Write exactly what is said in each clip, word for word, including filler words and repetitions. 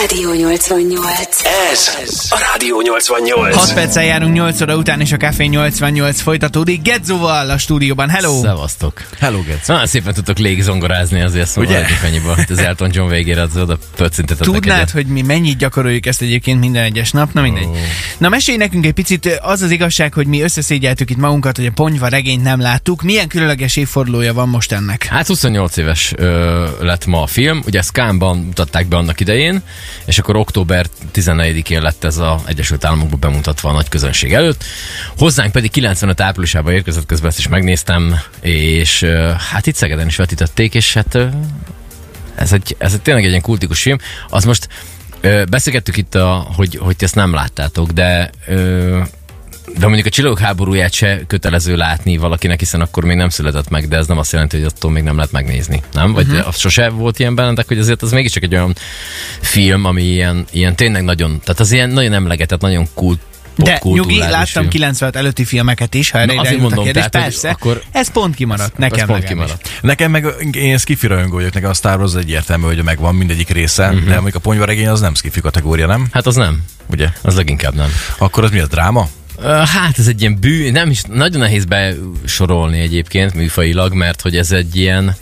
Rádió nyolcvannyolc. Ez a Rádió nyolcvannyolc. hat perccel járunk nyolc óra után, és a Café nyolcvannyolc folytatódik. Gedzóval a stúdióban. Hello! Szevasztok! Hello, Gedzó! Na, szépen tudtok légzongorázni, azért szóval annyiba. Az Elton John végére az oda pöccintetettek. Tudnád, egyet. hogy mi mennyit gyakoroljuk ezt egyébként minden egyes nap? Na mindegy. Oh. Na mesélj nekünk egy picit, az az igazság, hogy mi összeszégyeltük itt magunkat, hogy a Ponyva regényt nem láttuk. Milyen különleges évfordulója van most ennek? Hát huszonnyolc éves ö, lett ma a film, ugye ezt Cannes-ban mutatták be annak idején, és akkor október tizennegyedikén lett ez az Egyesült Államokban bemutatva a nagy közönség előtt. Hozzánk pedig kilencvenöt áprilisában érkezett, közben ezt is megnéztem, és ö, hát itt Szegeden is vetítették, és hát ö, ez, egy, ez egy, tényleg egy ilyen kultikus film. Az most ö, beszélgettük itt, a, hogy, hogy ti ezt nem láttátok, de... Ö, De mondjuk a Csillagok háborúját se kötelező látni valakinek, hiszen akkor még nem született meg, de ez nem azt jelenti, hogy attól még nem lehet megnézni, nem? Vagy uh-huh. az sose volt ilyen bennetek, hogy azért az mégiscsak egy olyan film, ami ilyen, ilyen tényleg nagyon, tehát az ilyen nagyon emlegetett, nagyon kult. De nyugi, láttam film. kilencvenöt előtti filmeket is, ha erre azért mondom, kérdés, tehát, persze, akkor ez pont kimaradt, nekem pont kimaradt. Nekem meg, én skifi rajongó vagyok, nekem a Star Wars egyértelmű, hogy megvan mindegyik része, uh-huh. de mondjuk a Ponyva regény az nem skifi kategória, nem? Hát az nem, ugye? Az leginkább nem. Akkor az mi, a dráma? Hát ez egy ilyen bű, nem is, nagyon nehéz besorolni egyébként műfajilag, mert hogy ez egy ilyen,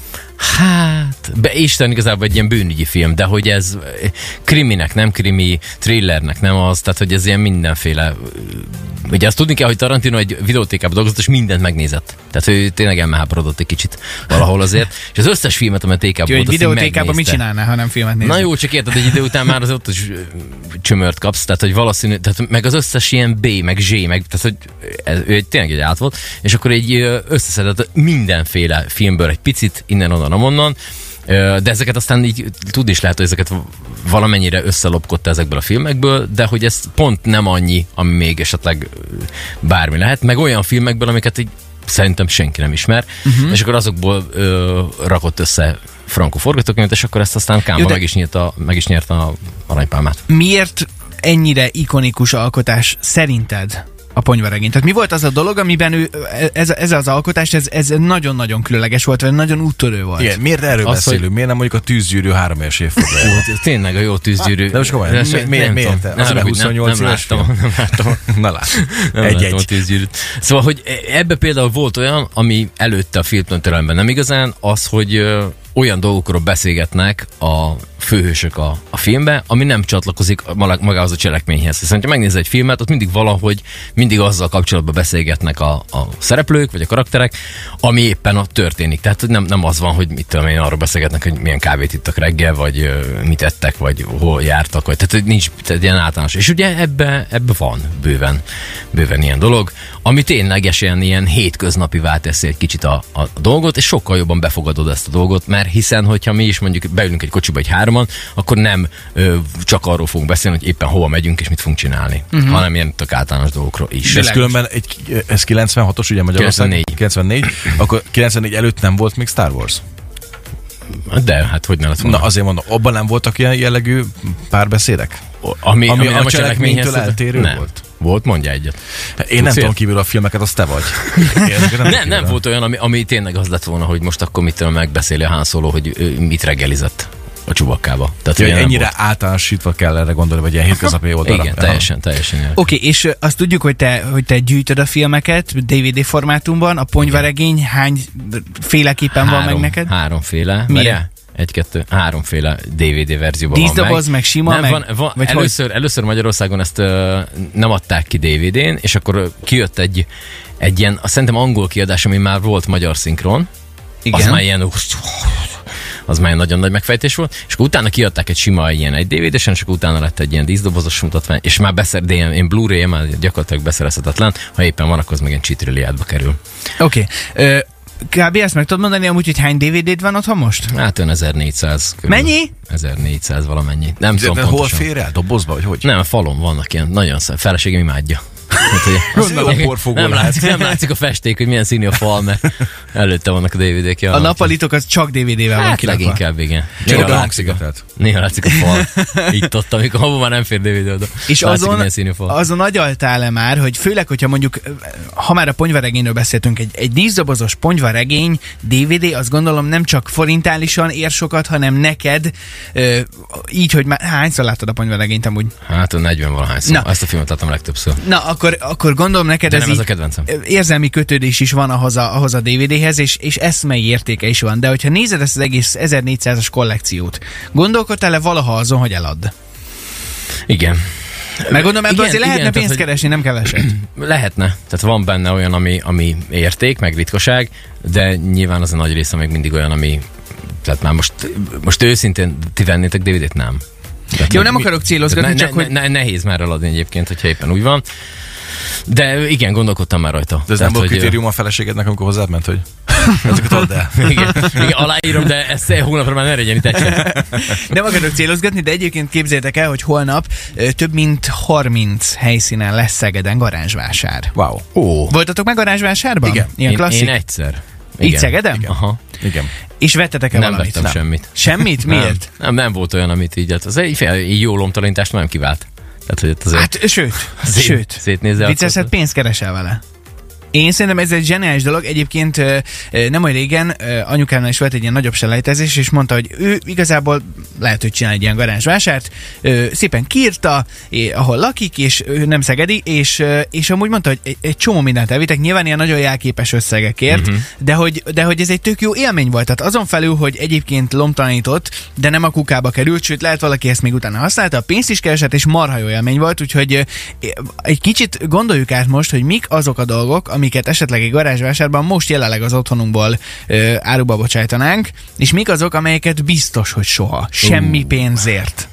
hát, be, Isten igazából egy ilyen bűnügyi film, de hogy ez kriminek, nem krimi, thrillernek, nem az, tehát hogy ez ilyen mindenféle, ugye azt tudni kell, hogy Tarantino egy videótékában dolgozott, és mindent megnézett. Tehát ő tényleg elmeháborodott egy kicsit valahol azért, és az összes filmet, amely tékában volt, azt videótékában mit csinálná, ha nem filmet nézni? Na jó, csak érted, egy idő után már az ott is csömört kapsz, tehát hogy valószínű, tehát meg az összes ilyen B, meg Z, meg, tehát hogy ez, ő egy, tényleg egy át volt, és akkor egy összeszedett mindenféle filmből egy picit, innen, onnan, amonnan, de ezeket aztán így tudni is lehet, hogy ezeket valamennyire összelopkodta ezekből a filmekből, de hogy ez pont nem annyi, ami még esetleg bármi lehet, meg olyan filmekből, amiket így szerintem senki nem ismer, uh-huh. és akkor azokból ö, rakott össze Franco forgatókönyvet, és akkor ezt aztán Cannes-ban meg is nyírta, meg is nyerte a aranypálmát. Miért ennyire ikonikus alkotás szerinted a Ponyva regény? Tehát mi volt az a dolog, amiben ő, ez, ez az alkotás, ez, ez nagyon-nagyon különleges volt, vagy nagyon úttörő volt? Igen, miért erről az, beszélünk? Hogy... Miért nem mondjuk a Tűzgyűrű három éves évfordulója? Tényleg a jó Tűzgyűrű. De most komolyan, mi, miért? miért? Az nem, huszonnyolc nem, éves nem láttam, nem láttam. Na lát. Nem egy, láttam egy. a Tűzgyűrűt. Szóval, hogy ebbe például volt olyan, ami előtte a filmtörténelemben nem igazán, az, hogy ö, olyan dolgokról beszélgetnek a főhősök a, a filmbe, ami nem csatlakozik magához a cselekményhez. Hiszen, ha megnézel egy filmet, ott mindig valahogy, mindig azzal kapcsolatban beszélgetnek a, a szereplők, vagy a karakterek, ami éppen ott történik. Tehát nem, nem az van, hogy mit tudom én, arról beszélgetnek, hogy milyen kávét ittak reggel, vagy uh, mit ettek, vagy hol jártak, vagy tehát hogy nincs tehát ilyen általános. És ugye ebbe, ebbe van bőven, bőven ilyen dolog, ami ténylegesen ilyen hétköznapivá teszi egy kicsit a, a dolgot, és sokkal jobban befogadod ezt a dolgot, mert hiszen, hogyha mi is mondjuk beülünk egy kocsiba egy hárman, akkor nem ö, csak arról fogunk beszélni, hogy éppen hova megyünk és mit fogunk csinálni, uh-huh. hanem ilyen tök általános dolgokról is. De ez különben egy, ez kilencvenhatos, ugye Magyarország? kilencvennégy. kilencvennégy. Akkor kilencvennégy előtt nem volt még Star Wars? De, hát hogy ne lett volna? Na azért mondom, abban nem voltak ilyen jellegű párbeszédek? Ami, ami, ami a, a cselekménytől eltérő nem. volt? Volt, mondja egyet. Én Tudsz nem tudom kívül a filmeket, az te vagy. nem, nem, nem volt olyan, ami, ami tényleg az lett volna, hogy most akkor mit tudom, megbeszéli a Han Solo, hogy ő mit reggelizett a Csubakkába. Tehát ja, ennyire általánosítva kell erre gondolni, vagy ilyen hétköznapi oldalra. Igen, teljesen, teljesen. Oké, okay, és azt tudjuk, hogy te, hogy te gyűjtöd a filmeket dé vé dé formátumban, a Ponyva regény hány féleképpen három, van meg neked? Háromféle. Milyen? Egy, kettő, háromféle dé vé dé verzióban van meg. Díszdoboz, meg sima, nem, meg? Van, van, vagy először, először Magyarországon ezt uh, nem adták ki dé vé dén, és akkor uh, kijött egy, egy ilyen, azt szerintem angol kiadás, ami már volt magyar szinkron. Igen. Az már ilyen, az már nagyon nagy megfejtés volt, és akkor utána kiadták egy sima ilyen egy dé vé dé-sen, és akkor utána lett egy ilyen díszdobozos mutatvány, és már beszer, de ilyen, ilyen Blu-ray, már gyakorlatilag beszerezhetetlen, ha éppen van, akkor az meg egy csitrilliádba kerül. Oké. Okay. Uh, Kb. Ezt meg tudod mondani amúgy, hogy hány dé vé dé-d van otthon most? Hát olyan ezernégyszáz körül. Mennyi? ezernégyszáz valamennyi. Nem de tudom de pontosan. Hol fér el? Dobozba, vagy hogy? Nem, a falon vannak ilyen, nagyon szép. Feleségem imádja. Gondolom, porfogó nem, lehet. látszik, nem látszik a festék, hogy milyen színű a fal, mert előtte vannak a dé vé dé-k. Ja, A nappalitok az csak dé vé dé-vel van hát kilakva. leginkább, igen. Csak Néha a látszik, a, hangszigetet. néha látszik a fal. Itt ott, amikor abban már nem fér dé vé dé oda. És látszik, azon, milyen színű fal. azon agyaltál-e már, hogy főleg, hogyha mondjuk, ha már a ponyvaregényről beszéltünk, egy, egy díszdobozos ponyvaregény dé vé dé, azt gondolom nem csak forintálisan ér sokat, hanem neked, ö, így, hogy már hányszor láttad a ponyvaregényt amúgy? Hát a negyven valahányszor. Na. Ezt a filmet láttam legtöbbször. Na, akkor, akkor gondolom neked De ez, nem ez így a kedvencem. érzelmi kötődés is van ahhoz a, ahhoz a dé vé dé-hez, és, és eszmei értéke is van. De hogyha nézed ezt az egész ezernégyszázas kollekciót, gondolkodtál-e valaha azon, hogy elad? Igen. Meg gondolom, ebből Igen, azért lehetne igen, pénzt tehát, hogy- keresni, nem keveset. Lehetne. Tehát van benne olyan, ami, ami érték, meg ritkaság, de nyilván az a nagy része még mindig olyan, ami... Tehát már most, most őszintén ti vennétek dé vé dét? Nem. Tehát Jó, meg- nem akarok célozgatni, ne, csak ne, hogy... ne, nehéz már eladni egyébként, hogyha éppen úgy van. De igen, gondolkodtam már rajta. De ez nem volt kritérium a feleségednek, amikor hozzád ment, hogy ezeket add el. Igen, igen, aláírom, de ezt hónapra már ne legyen itt egyszer. Nem akarok célozgatni, de egyébként képzeljétek el, hogy holnap ö, több mint harminc helyszínen lesz Szegeden garázsvásár. Wow. Ó, Voltatok meg garázsvásárban? Igen. Ilyen én, klasszik? én egyszer. Így Igen. Szegeden? Aha. Igen. És vettetek-e Nem valamit? vettem semmit. Semmit? Miért? Nem, nem, nem volt olyan, amit így, hát az egy, fél, így jó lomtalanítást nem kivált. Tehát, hogy ott azért Hát, sőt, szét, sőt. szétnézze. Vicceszed, pénzt keresel vele. Én szerintem ez egy zseniális dolog. Egyébként ö, ö, nem olyan régen ö, anyukámnál is volt egy ilyen nagyobb selejtezés, és mondta, hogy ő igazából lehet, hogy csinál egy ilyen garázsvásárt. Ö, szépen kiírta, é, ahol lakik, és ő nem szegedi, és, ö, és amúgy mondta, hogy egy, egy csomó mindent elvitek, nyilván ilyen nagyon jelképes összegekért, Mhm. uh-huh. de, hogy, de hogy ez egy tök jó élmény volt. Tehát azon felül, hogy egyébként lomtalanított, de nem a kukába került, sőt lehet valaki ezt még utána használta, a pénzt is keresett, és marha jó élmény volt, úgyhogy ö, egy kicsit gondoljuk át most, hogy mik azok a dolgok, amiket esetleg egy garázsvásárban most jelenleg az otthonunkból ö, áruba bocsájtanánk, és mik azok, amelyeket biztos, hogy soha. Semmi uh. pénzért.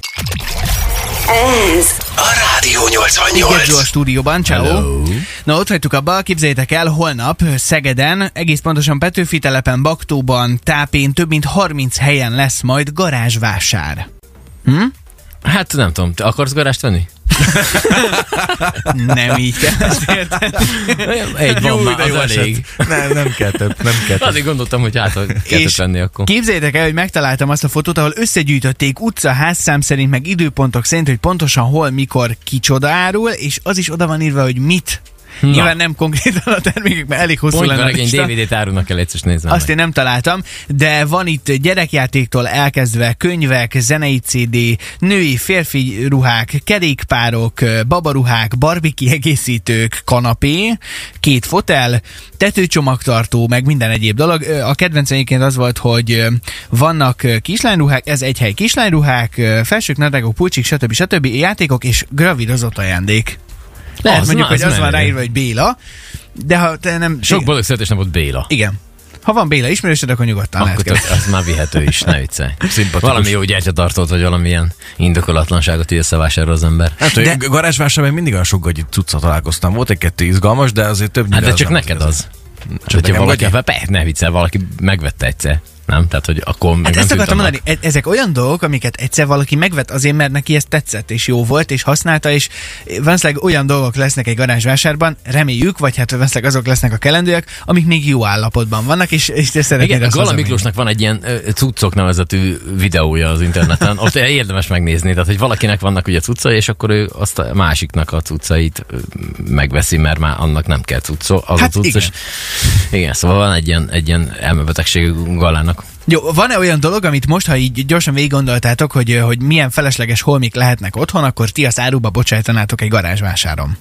Ez A Rádió Gezzó a nyolcvannyolc. stúdióban, ciao. Na, ott hagytuk abba, képzeljétek el, holnap Szegeden, egész pontosan Petőfi telepen, Baktóban, Tápén több mint harminc helyen lesz majd garázsvásár. Hm? Hát nem tudom, te akarsz garást venni? Nem így kell ezt érteni. Egy van már, az elég. Nem, nem kell több, nem kell több. Azért gondoltam, hogy hát, hogy kell És venni akkor. képzeljétek el, hogy megtaláltam azt a fotót, ahol összegyűjtötték utca, házszám szerint, meg időpontok szerint, hogy pontosan hol, mikor, kicsoda árul, és az is oda van írva, hogy mit. Na. Nyilván nem konkrétan a termékek, mert elég hosszú lenne a Ponyvaregény lista. dé vé dét árulnak el, egyszer nézzem Azt meg. én nem találtam, de van itt gyerekjátéktól elkezdve könyvek, zenei cé dé, női, férfi ruhák, kerékpárok, babaruhák, Barbie kiegészítők, kanapé, két fotel, tetőcsomagtartó, meg minden egyéb dolog. A kedvencem egyébként az volt, hogy vannak kislányruhák, ez egy hely kislányruhák, felsők, nadrágok, pulcsik, stb. stb. Játékok és gravírozott ajándék. Lehet Az, mondjuk, na, hogy az az van menő. ráírva, hogy Béla, de ha te nem... Sok boldog születésnapot Béla. Igen. Ha van Béla ismerősöd, akkor nyugodtan lehet Akkor keresni. tök, az már vihető is, ne viccelj. Szimpatikus. Valami jó gyertyatartót, vagy valamilyen indokolatlanságot így összevásárol az ember. Nem tudom, de... garázsvásárban még mindig olyan sok gagyi cucca találkoztam. Volt egy-kettő izgalmas, de azért több Hát de az csak nem neked az. az. Csak Hogyha nekem valaki, gagyi? persze, ne viccelj, valaki megvette egyszer. Nem? Tehát, hogy akkor meg Hát nem ezt akartam tiltanak. mondani, e- ezek olyan dolgok, amiket egyszer valaki megvett azért, mert neki ez tetszett, és jó volt, és használta, és valószínűleg olyan dolgok lesznek egy garázsvásárban, reméljük, vagy hát valószínűleg azok lesznek a kelendőek, amik még jó állapotban vannak, és, és te szeretnéd Igen, azt Gala hazavinni. Miklósnak van egy ilyen ö, cuccok nevezetű videója az interneten, ott érdemes megnézni, tehát hogy valakinek vannak ugye cuccai, és akkor ő azt a másiknak a cuccait ö, megveszi, mert már annak nem kell cucco, az Hát a cucc, igen. és igen, szóval van egy ilyen, egy ilyen elmebetegségű Galának. Jó, van-e olyan dolog, amit most, ha így gyorsan végig gondoltátok, hogy, hogy milyen felesleges holmik lehetnek otthon, akkor ti azt áruba bocsájtanátok egy garázsvásáron?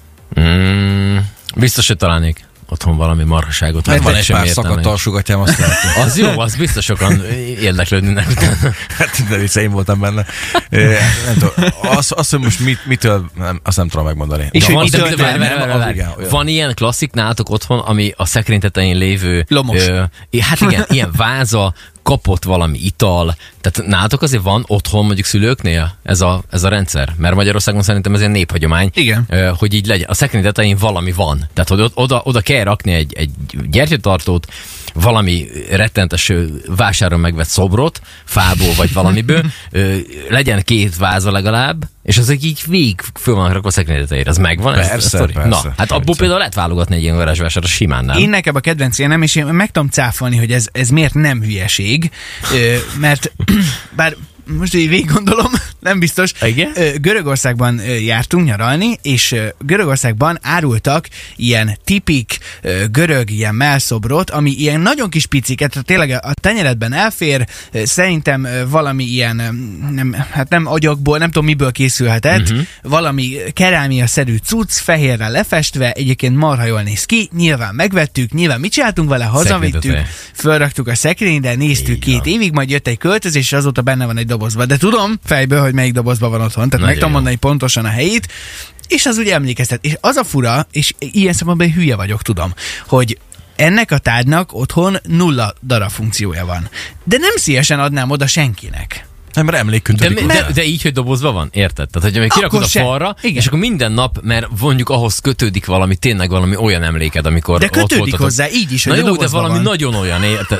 Mm, biztos, hogy találnék otthon valami marhaságot. Mert vagy van egy sem pár értem szakadt én. alsógatyám, azt látom. Az jó, az biztos sokan érdeklődnének utána. Hát, de vicce, én voltam benne. É, nem tudom, az, az, hogy most mit, mitől, nem, azt nem tudom megmondani. És De hogy van- mitől de- te- Várj, várj, nem, várj, az várj. igen, olyan. Van ilyen klasszik nálatok otthon, ami a szekrény tetején lévő... Lomos. Ö, hát igen, ilyen váza, kapott valami ital. Tehát nálatok azért van otthon mondjuk szülőknél ez a, ez a rendszer? Mert Magyarországon szerintem ez egy néphagyomány. Igen. Ö, hogy így legyen. A szekrény tetején valami van. Tehát hogy oda, oda kell rakni egy, egy gyertyatartót, valami rettentes ö, vásáron megvett szobrot, fából vagy valamiből, ö, legyen két váza legalább, és azok így végig föl van rakva a szekrényre tetejére. Az megvan? Persze, ez, ez persze. Na, hát persze. abból például lehet válogatni egy ilyen garázsvásárra simán, nem? Én nekem a kedvenc ilyenem, és én meg tudom cáfolni, hogy ez, ez miért nem hülyeség, ö, mert bár most így végig gondolom, nem biztos. Igen? Ö, Görögországban ö, jártunk nyaralni, és ö, Görögországban árultak ilyen tipik ö, görög ilyen mellszobrot, ami ilyen nagyon kis piciket, tehát tényleg a tenyeredben elfér, ö, szerintem ö, valami ilyen, ö, nem, hát nem agyagból, nem tudom miből készülhetett, uh-huh. valami kerámia-szerű cucc, fehérrel lefestve, egyébként marha jól néz ki, nyilván megvettük, nyilván mit csináltunk vele, hazavittük, fölraktuk a szekrényre, néztük két évig, majd jött egy költözés, és azóta benne van egy dobozba. De tudom fejből, hogy melyik dobozban van otthon, tehát Nagyon meg tudom jó. mondani pontosan a helyét, és az ugye emlékeztet. És az a fura, és ilyen szempontból hülye vagyok, tudom, hogy ennek a tárgynak otthon nulla darab funkciója van. De nem szívesen adnám oda senkinek. Nem, mert De, emlékkötődik. de, de így, hogy dobozban van? Érted? Tehát, hogy kirakod Akkor a se. falra, Igen. és akkor minden nap, mert mondjuk ahhoz kötődik valami, tényleg valami olyan emléked, amikor De ott kötődik voltatok. hozzá, így is, Na hogy a jó, de dobozban valami van. nagyon olyan, érted?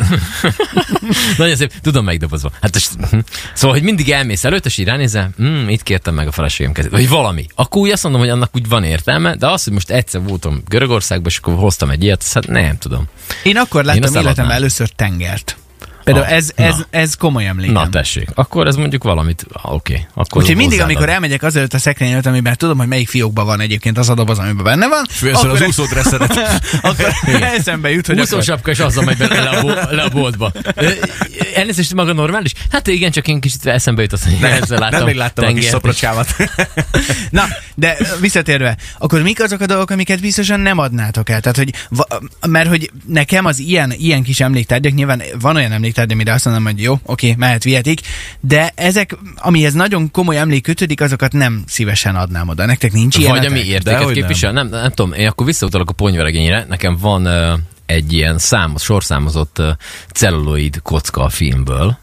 Nagyon szép. Tudom, melyik dobozban. Hát, és, szóval, hogy mindig elmész előtt, és így ránézel, hm, itt kértem meg a feleségem kezét. Vagy valami. Akkor úgy azt mondom, hogy annak úgy van értelme, de az, hogy most egyszer voltam Görögországban, és akkor hoztam egy ilyet, hát nem tudom. Én akkor Én láttam azt életemben eladnám. először tengert. Például Ah, ez, ez, na. ez komoly emlékem. Na tessék, akkor ez mondjuk valamit, ah, oké. Okay. Akkor Úgyhogy mindig, hozzáadom. amikor elmegyek azelőtt a szekrény előtt, amiben tudom, hogy melyik fiókban van egyébként az a doboz, amiben benne van, Főször az úszódresszedet. akkor eszembe jut, hogy akkor... Úszósapka, és azzal megy bele le a, bo- le a boltba. Ö, Elnézést, maga normális? Hát igen, csak én kicsit eszembe jut azt, hogy ezzel láttam. Nem még láttam a kis tengert. szoprocskámat. Na, de visszatérve, akkor mik azok a dolgok, amiket biztosan nem adnátok el? Tehát, hogy, va- mert hogy nekem az ilyen, ilyen kis emléktárgyak, nyilván van olyan emléktárgy, amire azt mondom, hogy jó, oké, mehet, vihetik, de ezek, amihez nagyon komoly emlék kötődik, azokat nem szívesen adnám oda. Nektek nincs ilyen? Vagy ami értéket Dehogy képvisel. Nem. Nem, nem tudom, én akkor visszautalok a ponyvaregényre. Nekem van uh, egy ilyen számos, sorszámozott uh, celluloid kocka a filmből.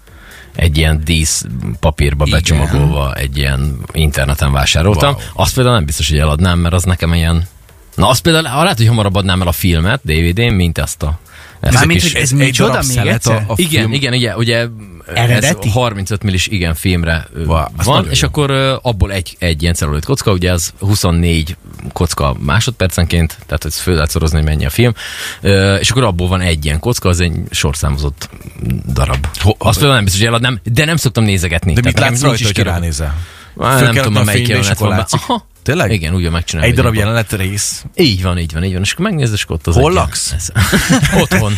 Egy ilyen dísz papírba Igen. becsomagolva, egy ilyen interneten vásároltam. Wow. Azt például nem biztos, hogy eladnám, mert az nekem ilyen... Na azt például, lehet, hogy hamarabb adnám el a filmet dé vé dén, mint ezt a... Ezt a Mármint, kis- hogy ez egy micsoda darab még szelet egyszer? a- a igen, film- igen, igen, ugye Eredeti? ez harmincöt millis igen filmre ö, Wow, az van, nagyon és jó. akkor ö, abból egy, egy ilyen celluloid kocka, ugye az huszonnégy kocka másodpercenként, tehát ez föl lehet szorozni, hogy mennyi a film, ö, és akkor abból van egy ilyen kocka, az egy sorszámozott darab. Ho- Azt például nem biztos, hogy eladnám, de nem szoktam nézegetni. De mit Tehát látsz nekem rajta, nincs hogy is kirakva. ránézel? Á, Föl Nem kell tudom, rakni a melyik fénybe, és jelenet akkor van. látszik. Aha. Tényleg? Igen, úgy van megcsinálni. Egy darab hogy jelenet rész. Így van, így van, így van. És akkor megnézd, és ott az Hol egy laksz? ilyen- ez- Otthon.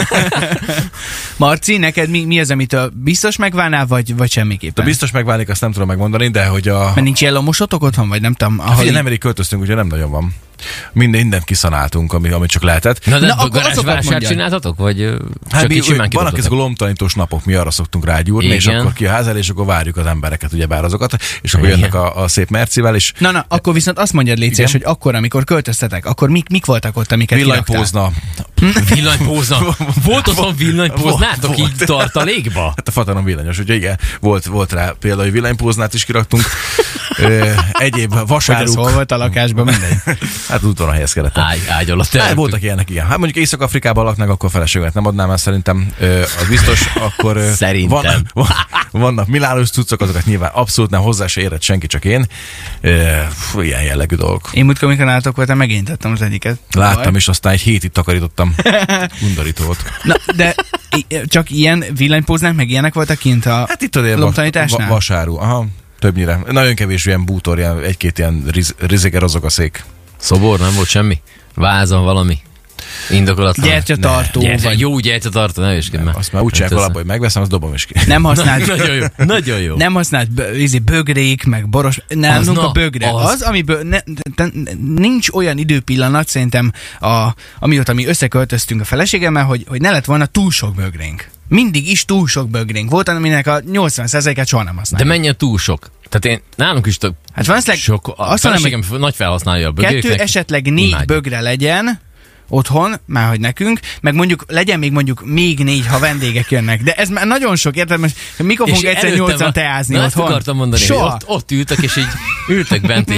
Marci, neked mi, mi az, amit biztos megválnál, vagy, vagy De semmiképpen? biztos megválik, azt nem tudom megmondani, de hogy a... Mert nincs ilyen lomosotok otthon, vagy nem tudom. Hát ahol figyelj, így- nem elég költöztünk, úgyhogy nem nagyon van. Minden, mindent kiszanáltunk, ami, ami csak lehetett. Na de Na, Na, akkor azokat garázsvásárt mondjad. csináltatok? Vagy ö, Hát csak mi, így simán vannak kidobtatok? ezek a lomtalanítós napok, mi arra szoktunk rágyúrni, és Igen. akkor ki a ház elé, és akkor várjuk az embereket, ugyebár azokat, és akkor Igen. jönnek a, a szép Mercivel, és Na, na, akkor viszont azt mondjad, légy szíves, hogy akkor, amikor költöztetek, akkor mik, mik voltak ott, amiket kiraktál? villanypózna. Villanypózna. Volt otthon villanypóznátok Volt. így tartalékba? Hát a fatanom villanyos, ugye igen, volt, volt rá például, hogy villanypóznát is kiraktunk. Ö, egyéb Hogy ez vasáruk. hol volt a lakásban, mindegy. Hát úton a helyezkedett. Ágy, ágy alatt Hát, eltük. voltak ilyenek, igen. Hát mondjuk Észak-Afrikában laknak, akkor feleséget nem adnám el szerintem. Ö, az biztos, akkor... Ö, Szerintem. Van, van, vannak milánós cuccok, azokat nyilván abszolút nem hozzá se érett senki, csak én. Ö, fú, ilyen jellegű dolgok. Én múltkor, amikor nálatok voltam, megint tettem az egyiket. Láttam, és aztán egy hétig takarítottam. Undorító volt. Na, de i- csak ilyen villanypóznák, meg ilyenek voltak kint a Hát itt azért lomtalanításnál? va- vasáru. Aha, többnyire. Nagyon kevés ilyen bútor, ilyen, egy-két ilyen riz, rizike rozog a szék. Szobor, nem volt semmi? Vázon valami? Indokolatlan? Gyertyatartó, Gyertya, vagy jó gyertyatartó, ne is már. Azt már úgy csinálják alapba, hogy megveszem, azt dobom is ki. nem használt... Nagyon jó, nagyon jó. Nem használt bö- ízi, bögrék, meg boros... Nem, Az, az, na, a bögre. az. Az, az amiből ne, te, nincs olyan időpillanat, szerintem, a, amióta mi összeköltöztünk a feleségemmel, hogy, hogy ne lett volna túl sok bögrénk. Mindig is túl sok bögrénk volt, aminek a nyolcvan százalékát soha nem De használjuk. mennyi a túl sok? Tehát én, nálunk is tök Hát valószínűleg sok, a azt mondom, feleségem nagy felhasználja a kettő, bögréknek. esetleg négy Imádjuk. bögre legyen otthon, már hogy nekünk, meg mondjuk legyen még mondjuk még négy, ha vendégek jönnek. De ez már nagyon sok, érted? Most mikor fogunk egyszer előttem nyolcan a- teázni Na, otthon? ezt akartam mondani, Soha. hogy ott, ott ültek, és így ültek bent így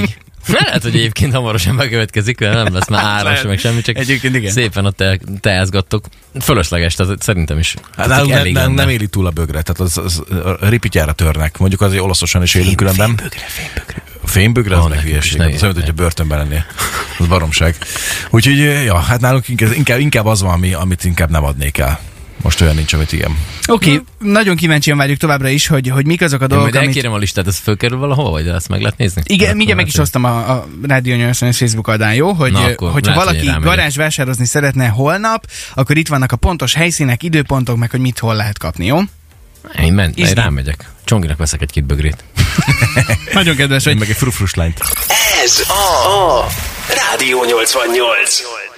Lehet, hogy egyébként hamarosan bekövetkezik, mert nem lesz már áras, meg semmi, csak Egyébként igen. szépen ott te, teázgattok. Fölösleges, tehát szerintem is. Hát nálunk nem, nem, nem éli túl a bögre, tehát az, az a ripityára törnek. Mondjuk azért olaszosan is élünk különben. Fémbögre, fémbögre. Fénybögre, az Van meg nekünk is, hülyeség. ne Az olyan, hogyha börtönben lennél. Az baromság. Úgyhogy, ja, hát nálunk inkább, inkább az van, ami, amit inkább nem adnék el. Most olyan nincs, amit igen. Oké, okay, nagyon kíváncsian várjuk továbbra is, hogy, hogy mik azok a Én dolgok, majd amit... elkérem a listát, ez fölkerül valahova, vagy ezt meg lehet nézni? Igen, akkor mindjárt meg is lehet, osztam a, a Rádió nyolcvannyolc Facebook oldalán, jó? Hogy, Na, akkor hogyha lehet, valaki hogy garázs vásározni szeretne holnap, akkor itt vannak a pontos helyszínek, időpontok, meg hogy mit hol lehet kapni, jó? Én, ment, én Izni. rámegyek. Csonginak veszek egy-két bögrét. Nagyon kedves Én vagy. meg egy frufrus lányt. Ez a, a Rádió nyolcvannyolc.